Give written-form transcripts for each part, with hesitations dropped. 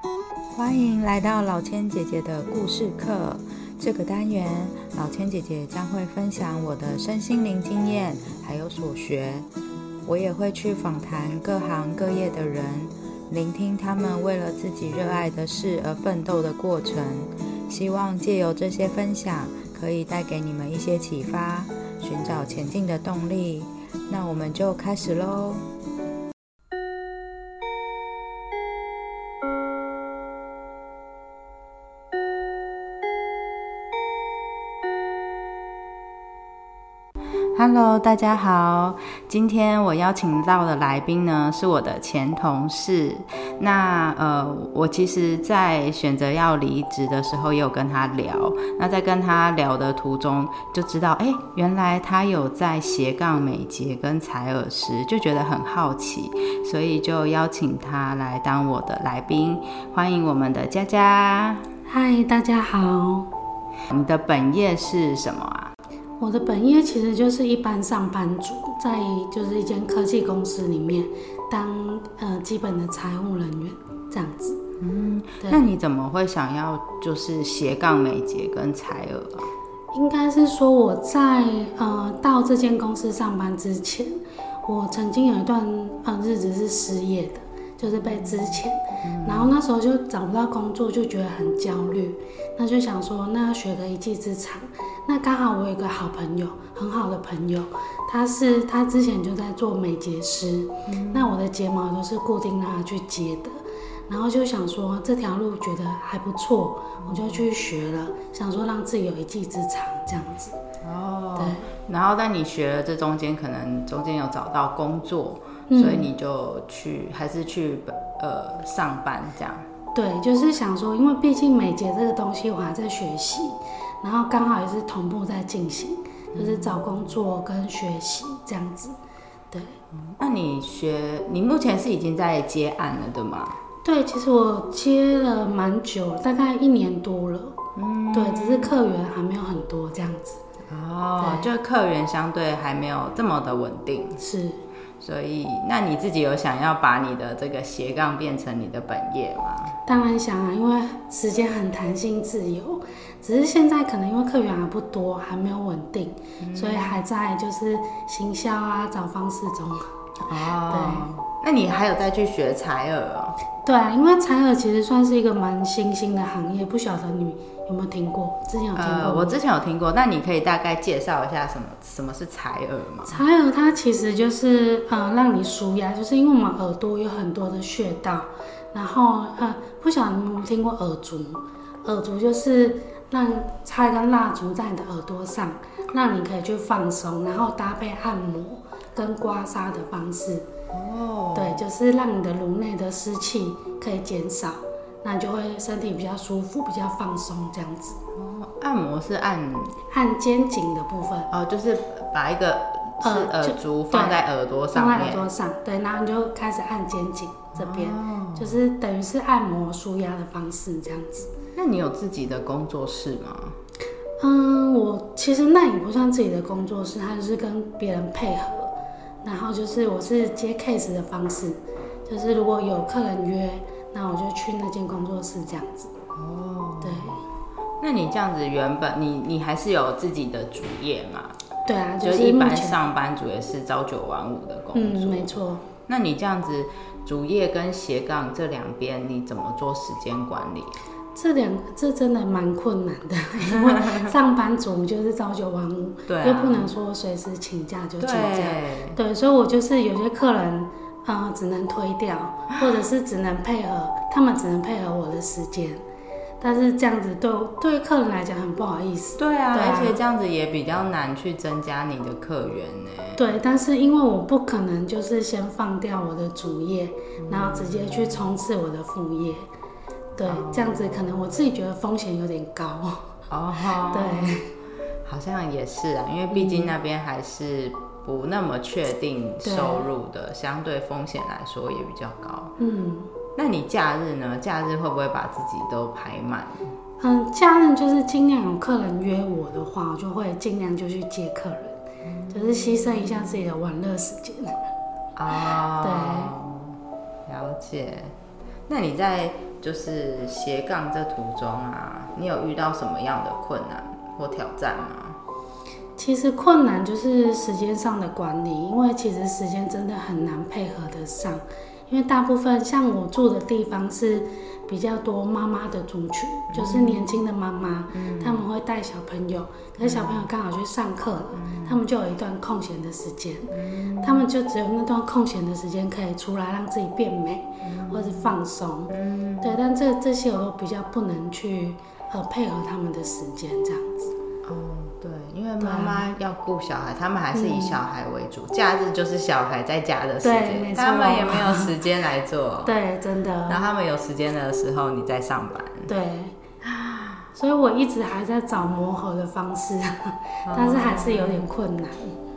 欢迎来到老千姐姐的故事课。这个单元，老千姐姐将会分享我的身心灵经验，还有所学。我也会去访谈各行各业的人，聆听他们为了自己热爱的事而奋斗的过程。希望借由这些分享，可以带给你们一些启发，寻找前进的动力。那我们就开始咯。Hello， 大家好。今天我邀请到的来宾呢，是我的前同事。那我其实在选择要离职的时候，也有跟他聊。那在跟他聊的途中，就知道，原来他有在斜杠美睫跟采耳师，就觉得很好奇，所以就邀请他来当我的来宾。欢迎我们的佳佳。 嗨，大家好。 你的本业是什么啊？ 我的本业其实就是一般上班族，在就是一间科技公司里面当基本的财务人员这样子。 那你怎么会想要就是斜杠美睫跟采耳啊？ 应该是说我在到这间公司上班之前，我曾经有一段日子是失业的，就是被资遣，然后那时候就找不到工作，就觉得很焦虑，那就想说那要学个一技之长。那刚好我有一个好朋友，很好的朋友，他之前就在做美睫师，那我的睫毛都是固定让他去接的，然后就想说这条路觉得还不错，我就去学了，想说让自己有一技之长这样子。对。 然后但你学了这中间，可能中间有找到工作，所以你就还是去上班这样。 对，就是想说，因为毕竟美睫这个东西我还在学习，然后刚好也是同步在进行，就是找工作跟学习这样子。对。 那你目前是已经在接案了对吗？ 对，其实我接了蛮久，大概1年多了。对，只是客源还没有很多这样子。 就客源相对还没有这么的稳定。 是。 所以，那你自己有想要把你的这个斜杠变成你的本业吗？ 当然想啊，因为时间很弹性自由，只是现在可能因为客源还不多，还没有稳定，所以还在就是行销啊，找方式中。对。 那你还有再去学采耳哦？ 对啊，因为采耳其实算是一个蛮新兴的行业，不晓得你有没有听过？之前有听过？ 我之前有听过，那你可以大概介绍一下什么是采耳吗？ 采耳它其实就是让你舒压，就是因为我们耳朵有很多的穴道，然后不晓得你有没有听过耳烛？耳烛就是让插一根蜡烛在你的耳朵上，让你可以去放松，然后搭配按摩跟刮痧的方式。对，就是让你的颅内的湿气可以减少，那就会身体比较舒服，比较放松这样子。 按摩是按肩颈的部分。 就是把一个耳烛放在耳朵上面。 放在耳朵上，对，然后你就开始按肩颈这边，就是等于是按摩舒压的方式这样子。 那你有自己的工作室吗？ 我其实那也不算自己的工作室，它就是跟别人配合。然后就是我是接 case 的方式，就是如果有客人约，那我就去那间工作室这样子。对。 那你这样子原本你还是有自己的主业嘛？ 对啊， 就一般上班族也是朝9晚5的工作。 没错。 那你这样子主业跟斜杠这两边，你怎么做时间管理？ 这真的蛮困难的，因为上班族就是朝9晚5， 对又不能说随时请假就请假，对，所以我就是有些客人只能推掉，或者是只能配合他们只能配合我的时间，但是这样子对客人来讲很不好意思。 对啊，而且这样子也比较难去增加你的客源呢。 对，但是因为我不可能就是先放掉我的主业，然后直接去冲刺我的副业。对，这样子可能我自己觉得风险有点高。对， 好像也是啊，因为毕竟那边还是不那么确定收入的，相对风险来说也比较高。那你假日呢？假日会不会把自己都排满？ 假日就是尽量有客人约我的话，我就会尽量就去接客人，就是牺牲一下自己的玩乐时间。 对，了解。 那你在就是斜杠这途中啊，你有遇到什么样的困难或挑战吗？ 其实困难就是时间上的管理，因为其实时间真的很难配合得上。因为大部分像我住的地方是比较多妈妈的族群，就是年轻的妈妈，他们会带小朋友，可是小朋友刚好去上课了，他们就有一段空闲的时间，他们就只有那段空闲的时间可以出来让自己变美，或是放松。对，但这些我都比较不能去配合他们的时间这样子。 对，因为妈妈要顾小孩，他们还是以小孩为主，假日就是小孩在家的时间，他们也没有时间来做。 对，真的。 然后他们有时间的时候，你在上班。 对，所以我一直还在找磨合的方式，但是还是有点困难。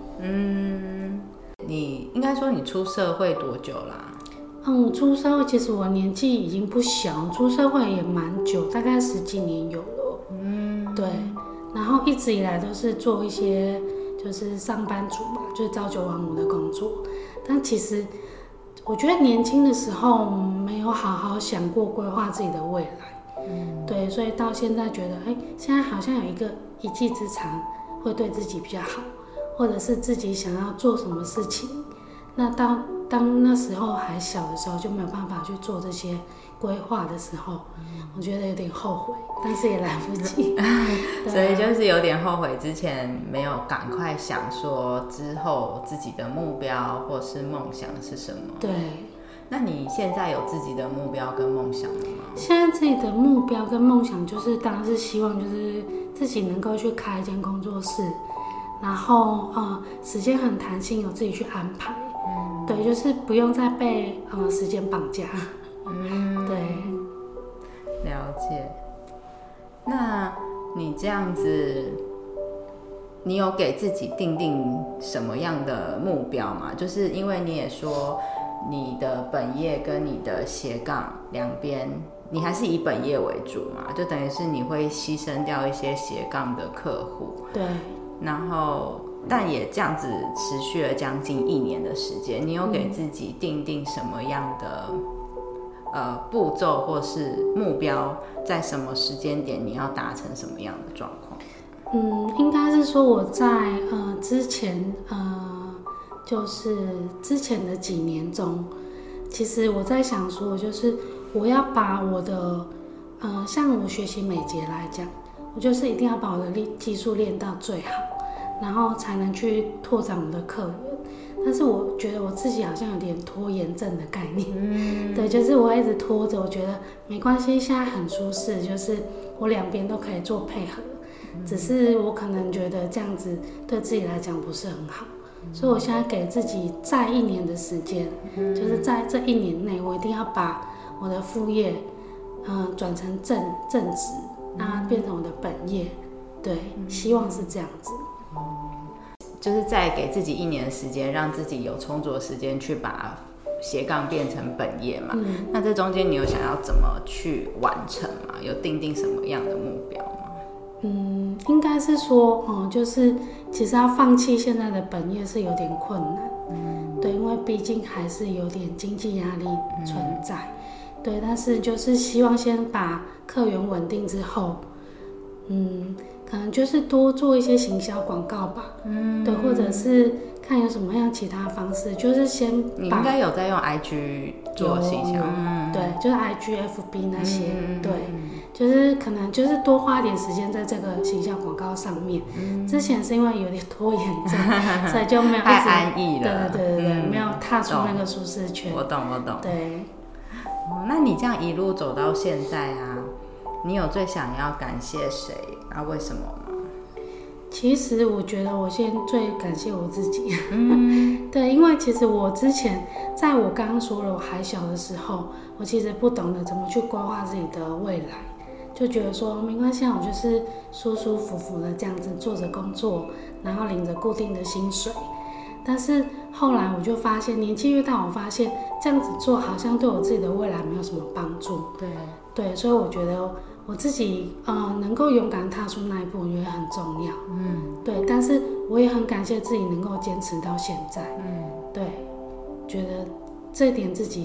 你应该说你出社会多久啦？ 我出社会其实我年纪已经不小，出社会也蛮久，大概10几年有了。对。然后一直以来都是做一些就是上班族嘛，就是朝9晚5的工作。但其实我觉得年轻的时候没有好好想过规划自己的未来。对，所以到现在觉得，现在好像有一个一技之长会对自己比较好，或者是自己想要做什么事情，那当那时候还小的时候就没有办法去做这些规划的时候，我觉得有点后悔，但是也来不及。 所以就是有点后悔之前没有赶快想说之后自己的目标或是梦想是什么。 对。 那你现在有自己的目标跟梦想了吗？ 现在自己的目标跟梦想就是当然是希望就是自己能够去开一间工作室，然后时间很弹性，有自己去安排。对，就是不用再被时间绑架。对， 了解。那你这样子，你有给自己定什么样的目标吗？就是因为你也说你的本业跟你的斜杠两边，你还是以本业为主嘛，就等于是你会牺牲掉一些斜杠的客户。 对。 然后但也这样子持续了将近1年的时间，你有给自己定什么样的步骤或是目标，在什么时间点你要达成什么样的状况？ 应该是说我在之前就是之前的几年中，其实我在想说，就是我要把我的像我学习美睫来讲，我就是一定要把我的技术练到最好，然后才能去拓展我的客源。但是我觉得我自己好像有点拖延症的概念。对，就是我一直拖着，我觉得没关系，现在很舒适，就是我两边都可以做配合。只是我可能觉得这样子对自己来讲不是很好，所以我现在给自己再1年的时间，就是在这1年内，我一定要把我的副业转成正职，让它变成我的本业。对，希望是这样子。 就是再给自己1年的时间，让自己有充足的时间去把斜杠变成本业嘛。那这中间你有想要怎么去完成吗？有定什么样的目标吗？ 应该是说，就是其实要放弃现在的本业是有点困难。对，因为毕竟还是有点经济压力存在。对，但是就是希望先把客源稳定之后，可能就是多做一些行销广告吧。对，或者是看有什么样其他方式，就是先把你应该有在用 IG 做行销。 对，就是 IG、FB 那些。对，就是可能就是多花点时间在这个行销广告上面。之前是因为有点拖延症，所以就没有一直太安逸了。 对，没有踏出那个舒适圈。 我懂。 对。 那你这样一路走到现在啊，你有最想要感谢谁？为什么吗？ 其实我觉得我现在最感谢我自己。对，因为其实我之前在我刚刚说了我还小的时候，我其实不懂得怎么去规划自己的未来，就觉得说没关系，我就是舒舒服服的这样子做着工作，然后领着固定的薪水。但是后来我就发现，年纪越大，我发现这样子做好像对我自己的未来没有什么帮助。对，所以我觉得我自己能够勇敢踏出那一步，我觉得很重要。对，但是我也很感谢自己能够坚持到现在。对，觉得这一点自己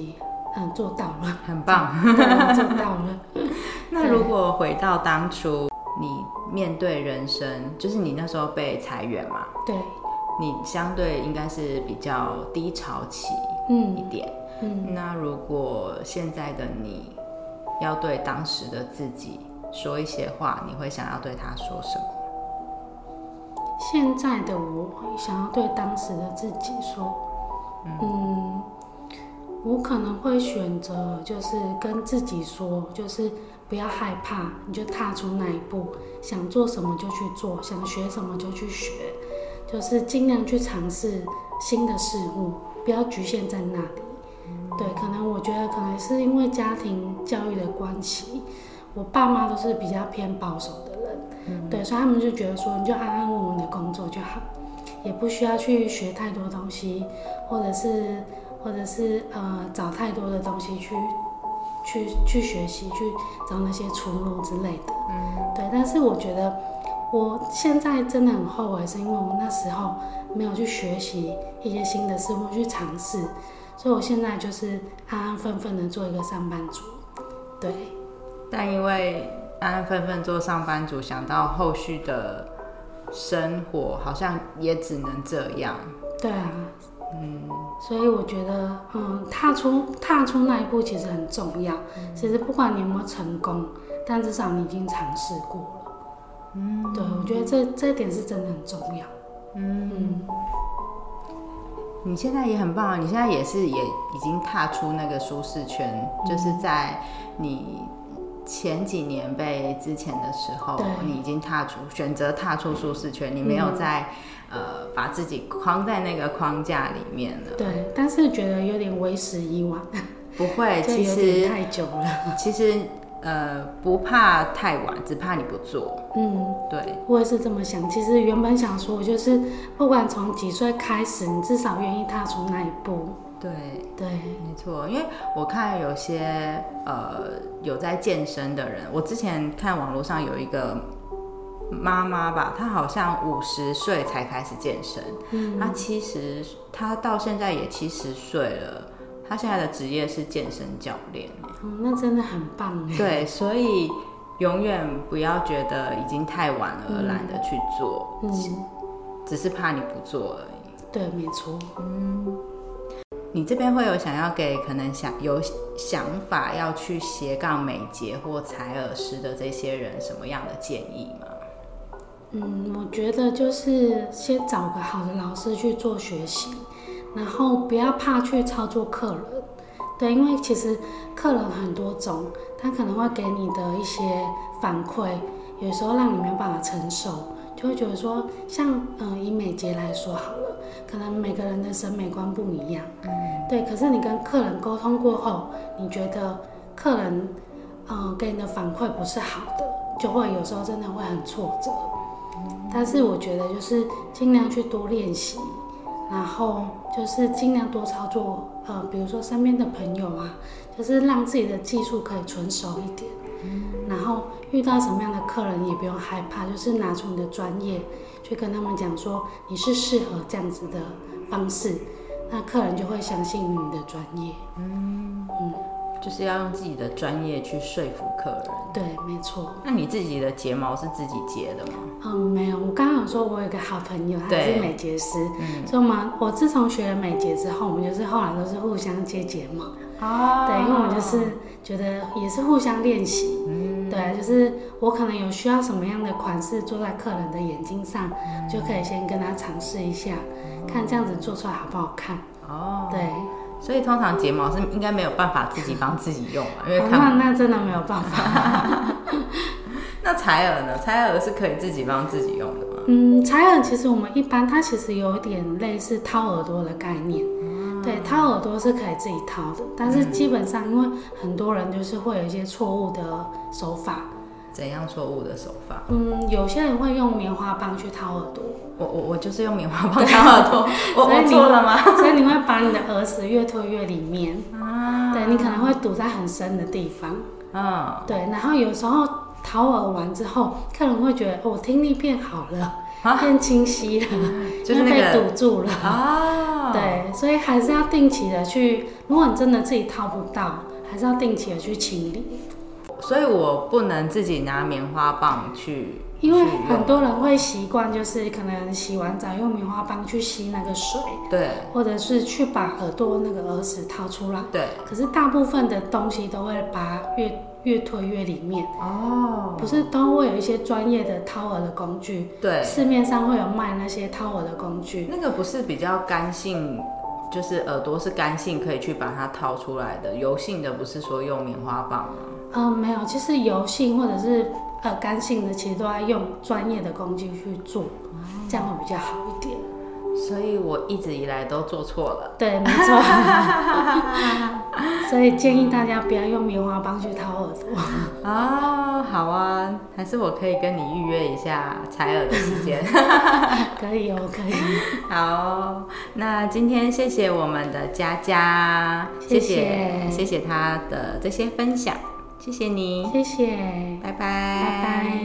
做到了， 很棒， 对，我做到了。 那如果回到当初你面对人生，就是你那时候被裁员嘛， 对， 你相对应该是比较低潮期一点。那如果现在的你要对当时的自己说一些话，你会想要对他说什么？ 现在的我想要对当时的自己说，我可能会选择就是跟自己说，就是不要害怕，你就踏出那一步，想做什么就去做，想学什么就去学，就是尽量去尝试新的事物，不要局限在那里。对，可能我觉得可能是因为家庭教育的关系，我爸妈都是比较偏保守的人，对，所以他们就觉得说你就安安稳稳的工作就好，也不需要去学太多东西，或者是找太多的东西去学习，去找那些出路之类的。对，但是我觉得我现在真的很后悔，是因为我那时候没有去学习一些新的事物，去尝试。所以我现在就是安安分分的做一个上班族，对。 但因为安安分分做上班族，想到后续的生活，好像也只能这样。 对啊，所以我觉得，踏出那一步其实很重要。其实不管你有没有成功，但至少你已经尝试过了。对，我觉得这点是真的很重要。 你现在也很棒啊！你现在也已经踏出那个舒适圈，就是在你前几年被之前的时候，你已经选择踏出舒适圈，你没有再把自己框在那个框架里面了。 对，但是觉得有点为时已晚。 不会，其实有点太久了。 其实不怕太晚，只怕你不做。对， 我也是这么想。其实原本想说，就是不管从几岁开始，你至少愿意踏出那一步。 对， 没错。因为我看有些有在健身的人，我之前看网络上有一个妈妈吧，她好像50岁才开始健身，她到现在也70岁了。他现在的职业是健身教练。 那真的很棒耶。 对，所以永远不要觉得已经太晚了而懒得去做，只是怕你不做而已。 对，没错。 你这边会有想要给可能有想法要去斜杠美睫或采耳师的这些人什么样的建议吗？ 我觉得就是先找个好的老师去做学习，然后不要怕去操作客人。对，因为其实客人很多种，他可能会给你的一些反馈，有时候让你没有办法承受，就会觉得说，像以美睫来说好了，可能每个人的审美观不一样，对，可是你跟客人沟通过后，你觉得客人给你的反馈不是好的，就会有时候真的会很挫折。但是我觉得就是尽量去多练习，然后就是尽量多操作，比如说身边的朋友啊，就是让自己的技术可以纯熟一点，然后遇到什么样的客人也不用害怕，就是拿出你的专业去跟他们讲说你是适合这样子的方式，那客人就会相信你的专业。 就是要用自己的专业去说服客人。 对，没错。 那你自己的睫毛是自己接的吗？ 没有，我刚刚有说我有一个好朋友，他是美睫师，所以我自从学了美睫之后，我们就是后来都是互相接睫毛。对，因为我们就是觉得也是互相练习。对，就是我可能有需要什么样的款式做在客人的眼睛上，就可以先跟他尝试一下，看这样子做出来好不好看。对。 所以通常睫毛是应该没有办法自己帮自己用嘛，因为那真的没有办法。 那采耳呢？采耳是可以自己帮自己用的吗？ 采耳其实我们一般它其实有一点类似掏耳朵的概念。对，掏耳朵是可以自己掏的，但是基本上因为很多人就是会有一些错误的手法。 怎样错误的手法？ 有些人会用棉花棒去掏耳朵。 我就是用棉花棒掏耳朵。我错了吗？ 所以你会把你的耳屎越推越里面。对，你可能会堵在很深的地方。对，然后有时候掏耳完之后，客人会觉得我听力变好了，变清晰了， 就是因为被堵住了。 哦， 对，所以还是要定期的去，如果你真的自己掏不到，还是要定期的去清理。 所以我不能自己拿棉花棒去， 因为很多人会习惯，就是可能洗完澡用棉花棒去吸那个水， 对， 或者是去把耳朵那个耳屎掏出来， 对。 可是大部分的东西都会把它越推越里面。哦，不是都会有一些专业的掏耳的工具？对，市面上会有卖那些掏耳的工具。 那个不是比较干性，就是耳朵是干性，可以去把它掏出来的。油性的不是说用棉花棒吗？ 没有，其实油性或者是干性的，其实都要用专业的工具去做，这样会比较好一点。 所以我一直以来都做错了。 对，没错。所以建议大家不要用棉花棒去掏耳朵。 哦，好啊，还是我可以跟你预约一下采耳的时间。 可以哦，可以。 好，那今天谢谢我们的佳佳，谢谢她的这些分享，谢谢你， 谢谢， 拜拜， 拜拜。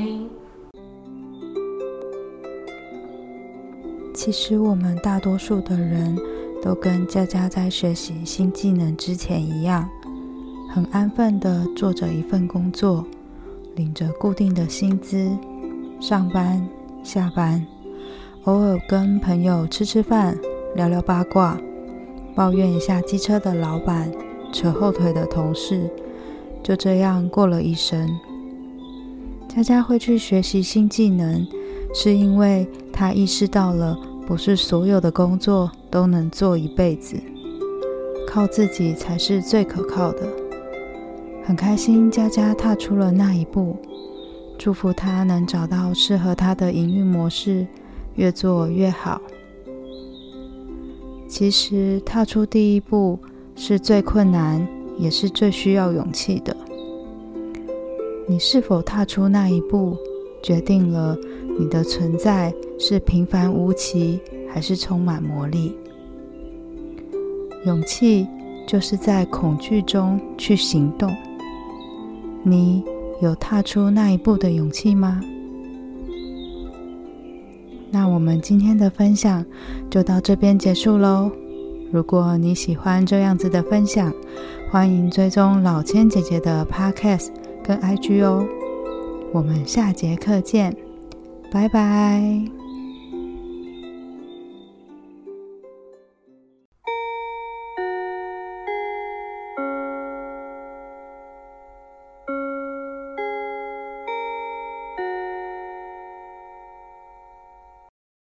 其实我们大多数的人都跟佳佳在学习新技能之前一样，很安分的做着一份工作，领着固定的薪资，上班下班，偶尔跟朋友吃吃饭，聊聊八卦，抱怨一下机车的老板，扯后腿的同事，就这样过了一生。佳佳会去学习新技能，是因为她意识到了不是所有的工作都能做一辈子，靠自己才是最可靠的。很开心佳佳踏出了那一步，祝福她能找到适合她的营运模式，越做越好。其实踏出第一步是最困难，也是最需要勇气的。你是否踏出那一步，决定了你的存在是平凡无奇，还是充满魔力。勇气就是在恐惧中去行动。你有踏出那一步的勇气吗？那我们今天的分享就到这边结束咯。如果你喜欢这样子的分享，欢迎追踪老千姐姐的 Podcast 跟 IG 哦。我们下节课见，拜拜。